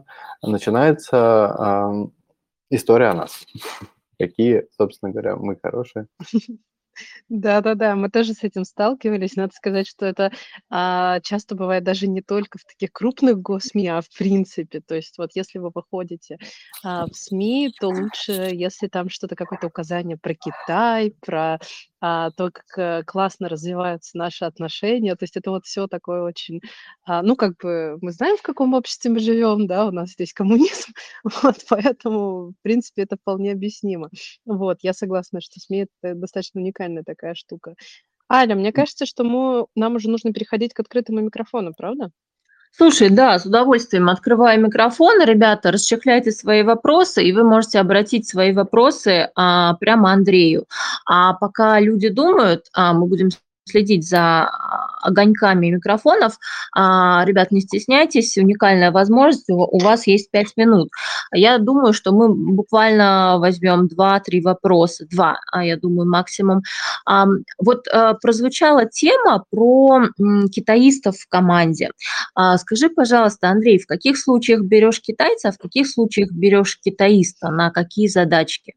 начинается история о нас. Какие, собственно говоря, мы хорошие. Да-да-да, мы тоже с этим сталкивались. Надо сказать, что это часто бывает даже не только в таких крупных госсми, а в принципе. То есть вот если вы выходите в СМИ, то лучше, если там что-то, какое-то указание про Китай, про то, как классно развиваются наши отношения. То есть это вот все такое очень... как бы мы знаем, в каком обществе мы живем, да, у нас здесь коммунизм, вот, поэтому, в принципе, это вполне объяснимо. Вот, я согласна, что СМИ — это достаточно уникальная такая штука. Аля, мне кажется, что нам уже нужно переходить к открытому микрофону, правда? Слушай, да, с удовольствием открываю микрофон. Ребята, расчехляйте свои вопросы, и вы можете обратить свои вопросы прямо Андрею. А пока люди думают, мы будем следить за огоньками микрофонов. Ребят, не стесняйтесь, уникальная возможность, у вас есть 5 минут. Я думаю, что мы буквально возьмем 2-3 вопроса, 2, я думаю, максимум. Вот прозвучала тема про китаистов в команде. Скажи, пожалуйста, Андрей, в каких случаях берешь китайца, а в каких случаях берешь китаиста, на какие задачки?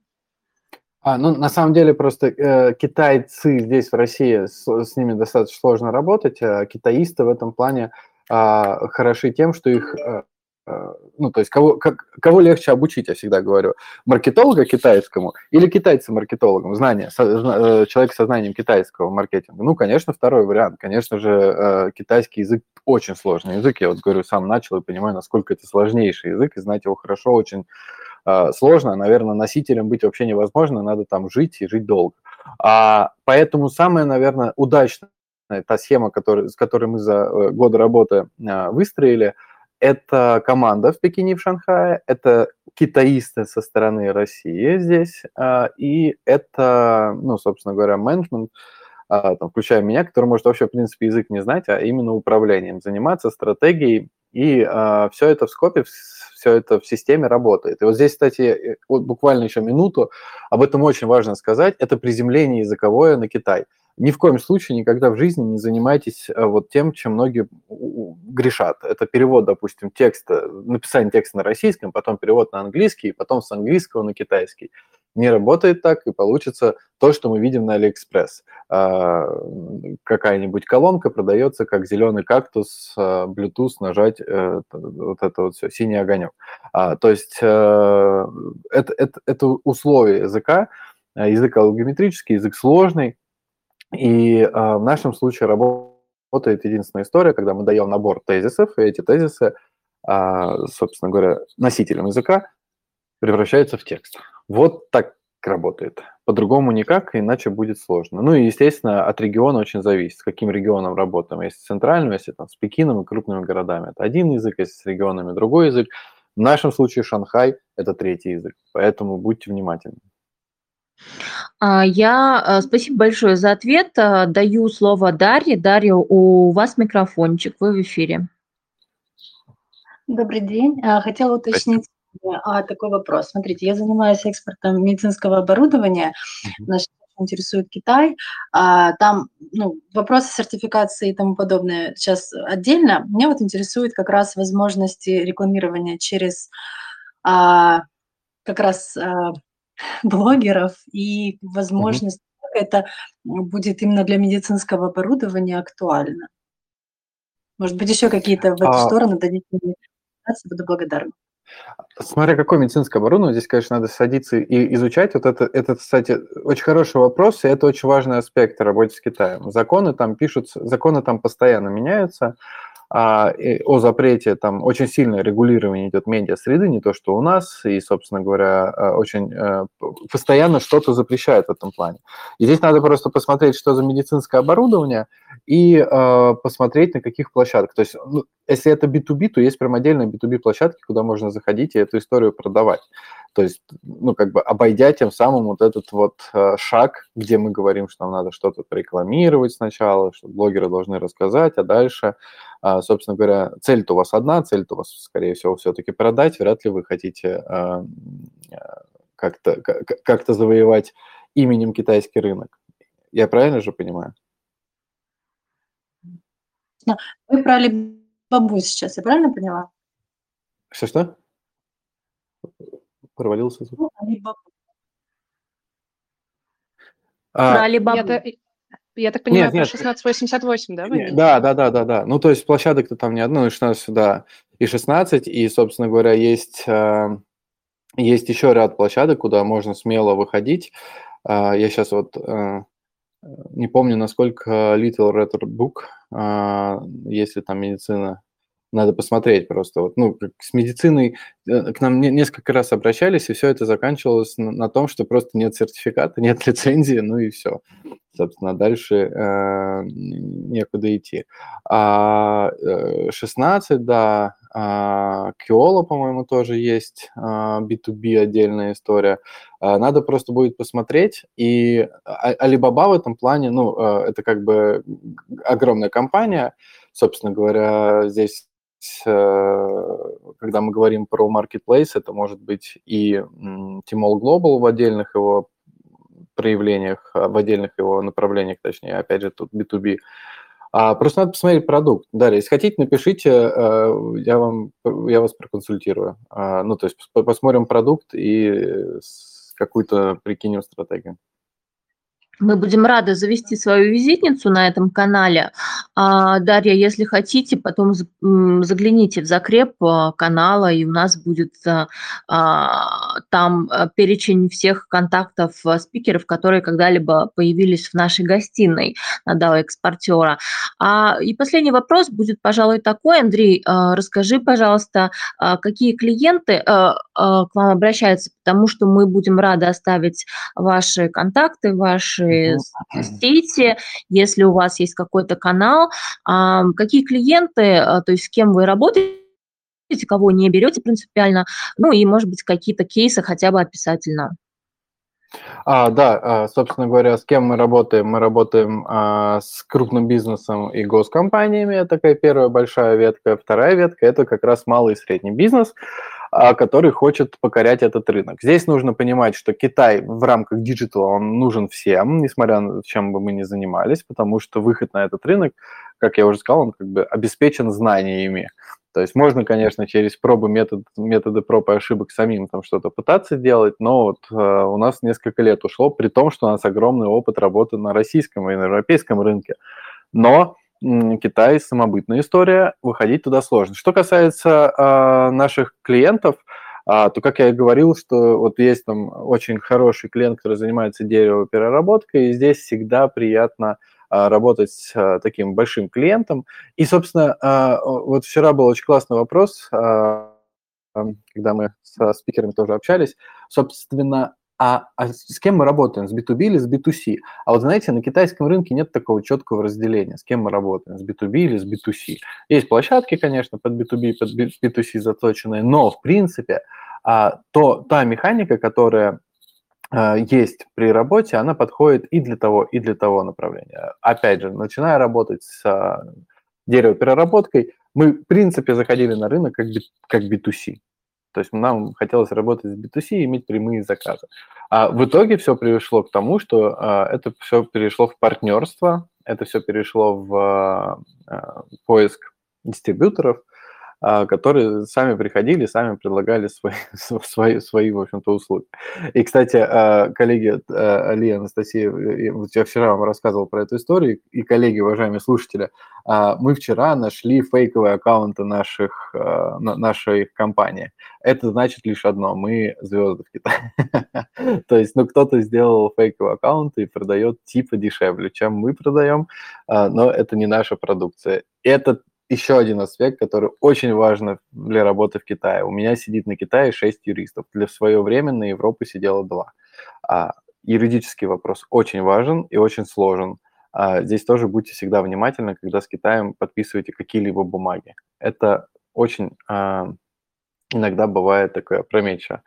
На самом деле просто китайцы здесь в России, с ними достаточно сложно работать, а китаисты в этом плане хороши тем, что их, то есть кого легче обучить, я всегда говорю, маркетолога китайскому или китайца маркетологам, человек со знанием китайского маркетинга. Ну, конечно, второй вариант. Конечно же, китайский язык очень сложный язык. Я вот говорю, сам начал и понимаю, насколько это сложнейший язык, и знать его хорошо очень сложно, наверное, носителем быть вообще невозможно, надо там жить и жить долго. Поэтому самая, наверное, удачная та схема, с которой мы за годы работы выстроили, это команда в Пекине и в Шанхае, это китаисты со стороны России здесь, и это, ну, собственно говоря, менеджмент, там, включая меня, который может вообще, в принципе, язык не знать, а именно управлением заниматься, стратегией, и все это в скопе, все это в системе работает. И вот здесь, кстати, вот буквально еще минуту, об этом очень важно сказать, это приземление языковое на Китай. Ни в коем случае никогда в жизни не занимайтесь вот тем, чем многие грешат. Это перевод, допустим, текста, написание текста на российском, потом перевод на английский, потом с английского на китайский. Не работает так, и получится то, что мы видим на Алиэкспресс. Какая-нибудь колонка продается как зеленый кактус, Bluetooth нажать, вот это вот все, синий огонек. То есть это условие языка, язык алгоритмический, язык сложный, и в нашем случае работает единственная история, когда мы даем набор тезисов, и эти тезисы, собственно говоря, носителем языка превращаются в текст. Вот так работает. По-другому никак, иначе будет сложно. Ну и, естественно, от региона очень зависит, с каким регионом работаем. Если с центральным, если там, с Пекином и крупными городами, это один язык, если с регионами другой язык. В нашем случае Шанхай – это третий язык, поэтому будьте внимательны. Спасибо большое за ответ. Даю слово Дарье. Дарья, у вас микрофончик, вы в эфире. Добрый день. Хотела уточнить такой вопрос. Смотрите, я занимаюсь экспортом медицинского оборудования. Нас интересует Китай. Там вопросы сертификации и тому подобное сейчас отдельно. Меня вот интересует как раз возможности рекламирования через как раз блогеров и возможность, как это будет именно для медицинского оборудования актуально. Может быть, еще какие-то в эту сторону дадите мне информацию, буду благодарна. Смотря какое медицинское оборудование, здесь, конечно, надо садиться и изучать. Вот это, кстати, очень хороший вопрос, и это очень важный аспект работы с Китаем. Законы там пишутся, законы там постоянно меняются. О запрете, там очень сильное регулирование идет медиа-среды, не то, что у нас, и, собственно говоря, очень постоянно что-то запрещают в этом плане. И здесь надо просто посмотреть, что за медицинское оборудование, и посмотреть, на каких площадках. То есть, если это B2B, то есть прям отдельные B2B-площадки, куда можно заходить и эту историю продавать. То есть, обойдя тем самым вот этот вот шаг, где мы говорим, что нам надо что-то рекламировать сначала, что блогеры должны рассказать, а дальше, собственно говоря, цель-то у вас одна, цель-то у вас, скорее всего, все-таки продать, вряд ли вы хотите как-то завоевать именем китайский рынок. Я правильно же понимаю? Вы про Alibaba сейчас, я правильно поняла? Что? Провалился звук. Alibaba. Про Alibaba. Я так понимаю, про 1688, да? Да. Ну, то есть площадок-то там не одно, и 16, да, и 16, и, собственно говоря, есть еще ряд площадок, куда можно смело выходить. Я сейчас вот не помню, насколько Little Red Book, если там медицина, надо посмотреть просто. Вот, с медициной к нам несколько раз обращались, и все это заканчивалось на том, что просто нет сертификата, нет лицензии, ну и все. Собственно, дальше некуда идти. 16, да, Киола, по-моему, тоже есть, B2B отдельная история. Надо просто будет посмотреть, и Alibaba в этом плане, это как бы огромная компания, собственно говоря, здесь, когда мы говорим про marketplace, это может быть и Tmall Global в отдельных его проявлениях, в отдельных его направлениях, точнее, опять же, тут B2B. Просто надо посмотреть продукт. Дарья, если хотите, напишите, я вас проконсультирую. То есть посмотрим продукт и какую-то прикинем стратегию. Мы будем рады завести свою визитницу на этом канале. Дарья, если хотите, потом загляните в закреп канала, и у нас будет там перечень всех контактов спикеров, которые когда-либо появились в нашей гостиной на DAO экспортера. И последний вопрос будет, пожалуй, такой. Андрей, расскажи, пожалуйста, какие клиенты к вам обращаются, потому что мы будем рады оставить ваши контакты, ваши сети, если у вас есть какой-то канал. Какие клиенты, то есть с кем вы работаете, кого не берете принципиально, ну и, может быть, какие-то кейсы хотя бы описательно. Да, собственно говоря, с кем мы работаем? Мы работаем с крупным бизнесом и госкомпаниями, это такая первая большая ветка. Вторая ветка – это как раз малый и средний бизнес, который хочет покорять этот рынок. Здесь нужно понимать, что Китай в рамках диджитала, он нужен всем, несмотря на чем бы мы ни занимались, потому что выход на этот рынок, как я уже сказал, он как бы обеспечен знаниями. То есть можно, конечно, через пробы, методы проб и ошибок самим там что-то пытаться делать, но вот у нас несколько лет ушло, при том, что у нас огромный опыт работы на российском и на европейском рынке. Но Китай самобытная история, выходить туда сложно. Что касается наших клиентов, то, как я и говорил, что вот есть там очень хороший клиент, который занимается деревопереработкой, и здесь всегда приятно работать с таким большим клиентом. И, собственно, вот вчера был очень классный вопрос, когда мы со спикерами тоже общались. Собственно, с кем мы работаем, с B2B или с B2C? А вот знаете, на китайском рынке нет такого четкого разделения, с кем мы работаем, с B2B или с B2C. Есть площадки, конечно, под B2B и под B2C заточенные, но, в принципе, та механика, которая есть при работе, она подходит и для того направления. Опять же, начиная работать с деревопереработкой, мы, в принципе, заходили на рынок как B2C. То есть нам хотелось работать с B2C и иметь прямые заказы. А в итоге все пришло к тому, что это все перешло в партнерство, это все перешло в поиск дистрибьюторов, которые сами приходили, сами предлагали свои, в общем-то, услуги. И, кстати, коллеги, Али, Анастасия, я вчера вам рассказывал про эту историю, и, коллеги, уважаемые слушатели, мы вчера нашли фейковые аккаунты нашей компании. Это значит лишь одно – мы звезды в Китае. То есть, кто-то сделал фейковый аккаунт и продает типа дешевле, чем мы продаем, но это не наша продукция. Это еще один аспект, который очень важен для работы в Китае. У меня сидит на Китае 6 юристов. В свое время на Европу сидело 2. Юридический вопрос очень важен и очень сложен. Здесь тоже будьте всегда внимательны, когда с Китаем подписываете какие-либо бумаги. Это очень иногда бывает такое опрометчиво.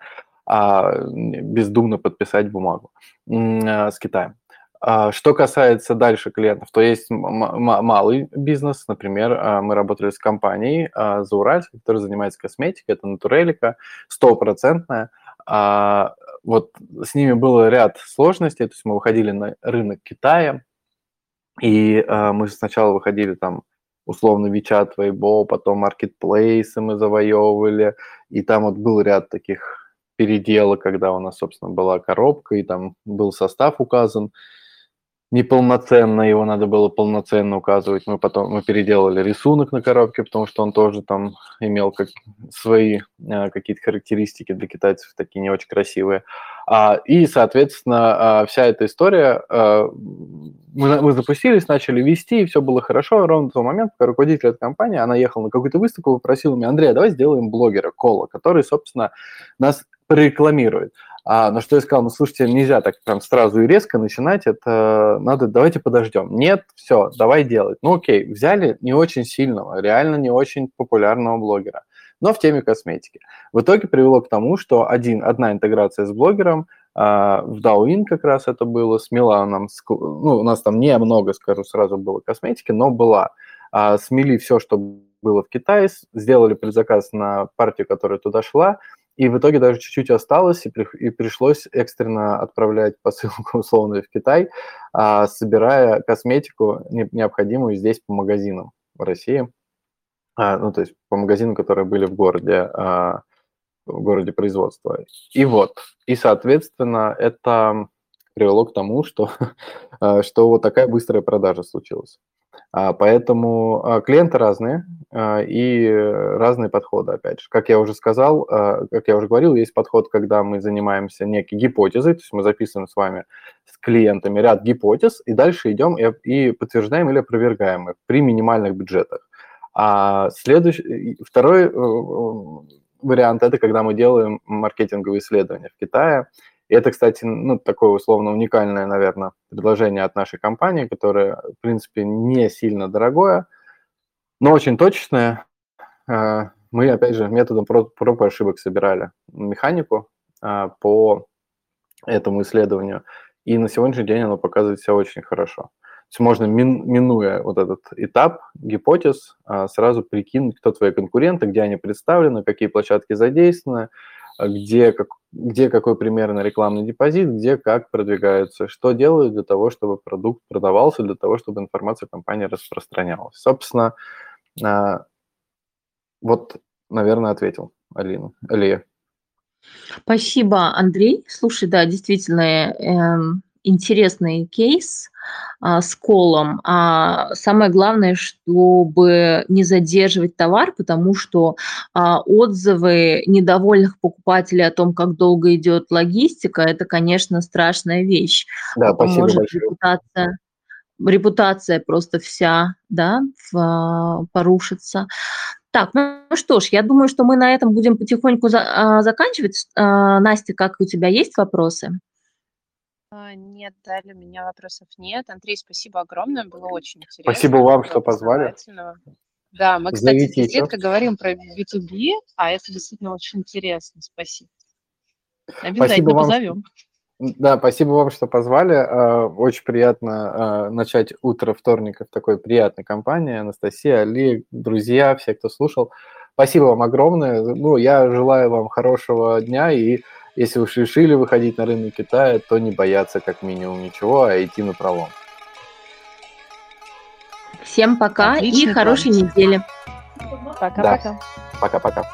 Бездумно подписать бумагу с Китаем. Что касается дальше клиентов, то есть малый бизнес, например, мы работали с компанией Зауральской, которая занимается косметикой, это Натурелика, 100%. Вот с ними был ряд сложностей, то есть мы выходили на рынок Китая, и мы сначала выходили там условно WeChat, Weibo, потом маркетплейсы мы завоевывали, и там вот был ряд таких переделок, когда у нас, собственно, была коробка, и там был состав указан неполноценно, его надо было полноценно указывать. Мы переделали рисунок на коробке, потому что он тоже там имел свои какие-то характеристики для китайцев, такие не очень красивые. И, соответственно, вся эта история, мы запустились, начали вести, и все было хорошо, ровно в тот момент, когда руководитель этой компании, она ехала на какую-то выставку, попросила меня: Андрей, давай сделаем блогера, Кола, который, собственно, нас прорекламирует. На что я сказал: слушайте, нельзя так прям сразу и резко начинать, давайте подождем. Нет, все, давай делать. Окей, взяли не очень сильного, реально не очень популярного блогера, но в теме косметики. В итоге привело к тому, что одна интеграция с блогером, в Douyin как раз это было, смела нам, у нас там не много, скажу сразу, было косметики, но была. Смели все, что было в Китае, сделали предзаказ на партию, которая туда шла, и в итоге даже чуть-чуть осталось, и пришлось экстренно отправлять посылку условно в Китай, собирая косметику необходимую здесь по магазинам в России, то есть по магазинам, которые были в городе производства. И, соответственно, это привело к тому, что вот такая быстрая продажа случилась. Поэтому клиенты разные и разные подходы, опять же. Как я уже сказал, как я уже говорил, есть подход, когда мы занимаемся некой гипотезой, то есть мы записываем с вами, с клиентами, ряд гипотез, и дальше идем и подтверждаем или опровергаем их при минимальных бюджетах. Второй вариант – это когда мы делаем маркетинговые исследования в Китае. И это, кстати, такое условно уникальное, наверное, предложение от нашей компании, которое, в принципе, не сильно дорогое, но очень точное. Мы, опять же, методом проб и ошибок собирали механику по этому исследованию, и на сегодняшний день оно показывает себя очень хорошо. То есть можно, минуя вот этот этап гипотез, сразу прикинуть, кто твои конкуренты, где они представлены, какие площадки задействованы, где какой примерно рекламный депозит, где как продвигаются, что делают для того, чтобы продукт продавался, для того, чтобы информация о компании распространялась. Собственно, вот, наверное, ответил Алия. Спасибо, Андрей. Слушай, да, действительно интересный кейс с колом. Самое главное, чтобы не задерживать товар, потому что отзывы недовольных покупателей о том, как долго идет логистика, это, конечно, страшная вещь. Да, Потом спасибо может большое. репутация просто вся, да, порушится. Так, ну что ж, я думаю, что мы на этом будем потихоньку заканчивать. Настя, как у тебя есть вопросы? Нет, Далее у меня вопросов нет. Андрей, спасибо огромное, было очень интересно. Спасибо вам, что позвали. Да, мы, кстати, Зовите здесь еще. редко говорим про B2B, а это действительно очень интересно. Спасибо. Обязательно позовем. Да, спасибо вам, что позвали. Очень приятно начать утро вторника в такой приятной компании. Анастасия, Али, друзья, все, кто слушал. Спасибо вам огромное. Я желаю вам хорошего дня, и если уж решили выходить на рынок Китая, то не бояться как минимум ничего, а идти напролом. Всем пока. Отличный и хорошей недели. Пока-пока. Да. Пока-пока.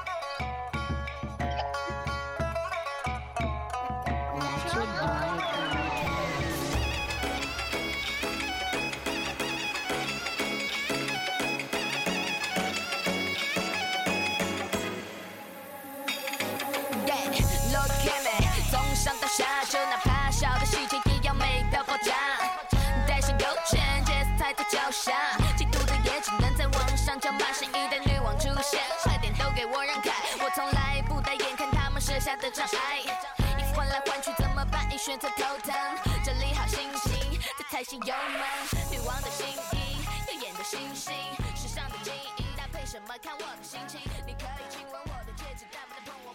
什么看我的心情？你可以亲吻我的戒指，但不能碰我。